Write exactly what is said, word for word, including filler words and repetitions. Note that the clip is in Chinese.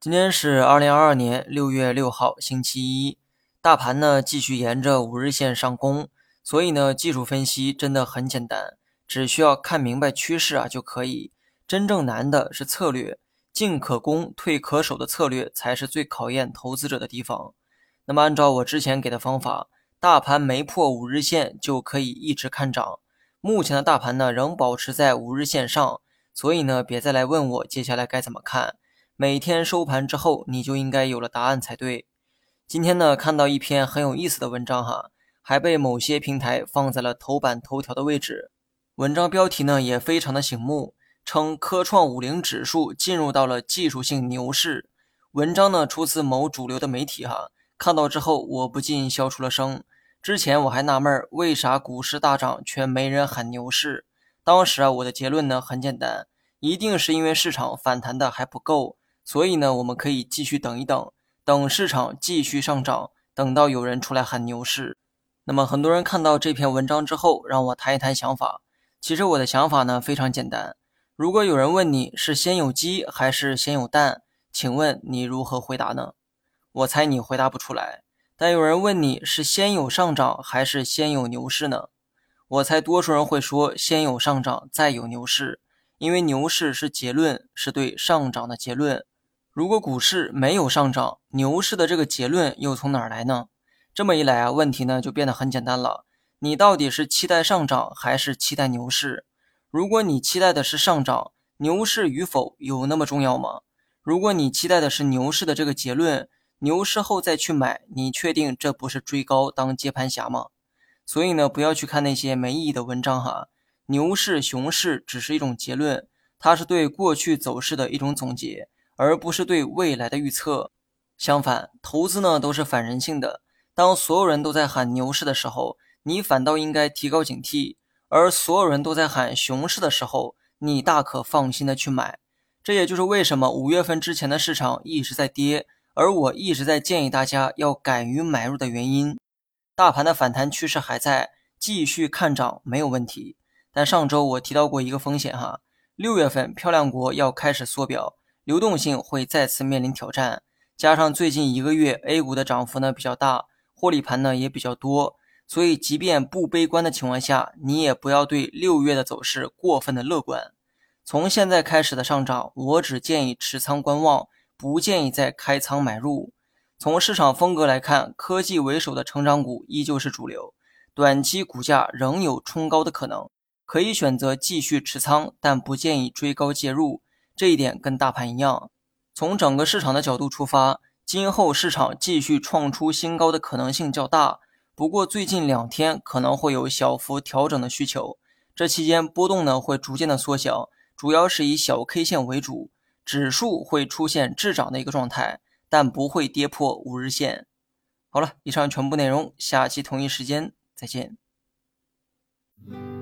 今天是二零二二年六月六号，星期一。大盘呢继续沿着五日线上攻，所以呢技术分析真的很简单，只需要看明白趋势啊就可以。真正难的是策略，进可攻退可守的策略才是最考验投资者的地方。那么按照我之前给的方法，大盘没破五日线就可以一直看涨。目前的大盘呢仍保持在五日线上，所以呢别再来问我接下来该怎么看。每天收盘之后你就应该有了答案才对。今天呢看到一篇很有意思的文章哈，还被某些平台放在了头版头条的位置。文章标题呢也非常的醒目，称科创五零指数进入到了技术性牛市。文章呢出自某主流的媒体哈，看到之后我不禁笑出了声。之前我还纳闷为啥股市大涨却没人喊牛市。当时啊我的结论呢很简单，一定是因为市场反弹的还不够，所以呢我们可以继续等一等，等市场继续上涨，等到有人出来喊牛市。那么很多人看到这篇文章之后让我谈一谈想法。其实我的想法呢非常简单，如果有人问你是先有鸡还是先有蛋，请问你如何回答呢？我猜你回答不出来。但有人问你是先有上涨还是先有牛市呢？我猜多数人会说先有上涨再有牛市，因为牛市是结论，是对上涨的结论。如果股市没有上涨，牛市的这个结论又从哪儿来呢？这么一来啊，问题呢就变得很简单了。你到底是期待上涨还是期待牛市？如果你期待的是上涨，牛市与否有那么重要吗？如果你期待的是牛市的这个结论，牛市后再去买，你确定这不是追高当接盘侠吗？所以呢，不要去看那些没意义的文章哈。牛市、熊市只是一种结论，它是对过去走势的一种总结，而不是对未来的预测。相反，投资呢都是反人性的。当所有人都在喊牛市的时候，你反倒应该提高警惕；而所有人都在喊熊市的时候，你大可放心的去买。这也就是为什么五月份之前的市场一直在跌，而我一直在建议大家要敢于买入的原因。大盘的反弹趋势还在，继续看涨没有问题。但上周我提到过一个风险哈，六月份漂亮国要开始缩表，流动性会再次面临挑战，加上最近一个月 A 股的涨幅呢比较大，获利盘呢也比较多，所以即便不悲观的情况下，你也不要对六月的走势过分的乐观。从现在开始的上涨，我只建议持仓观望，不建议再开仓买入。从市场风格来看，科技为首的成长股依旧是主流，短期股价仍有冲高的可能，可以选择继续持仓，但不建议追高介入，这一点跟大盘一样。从整个市场的角度出发，今后市场继续创出新高的可能性较大，不过最近两天可能会有小幅调整的需求，这期间波动呢会逐渐的缩小，主要是以小 K 线为主，指数会出现滞涨的一个状态，但不会跌破五日线。好了，以上全部内容，下期同一时间再见。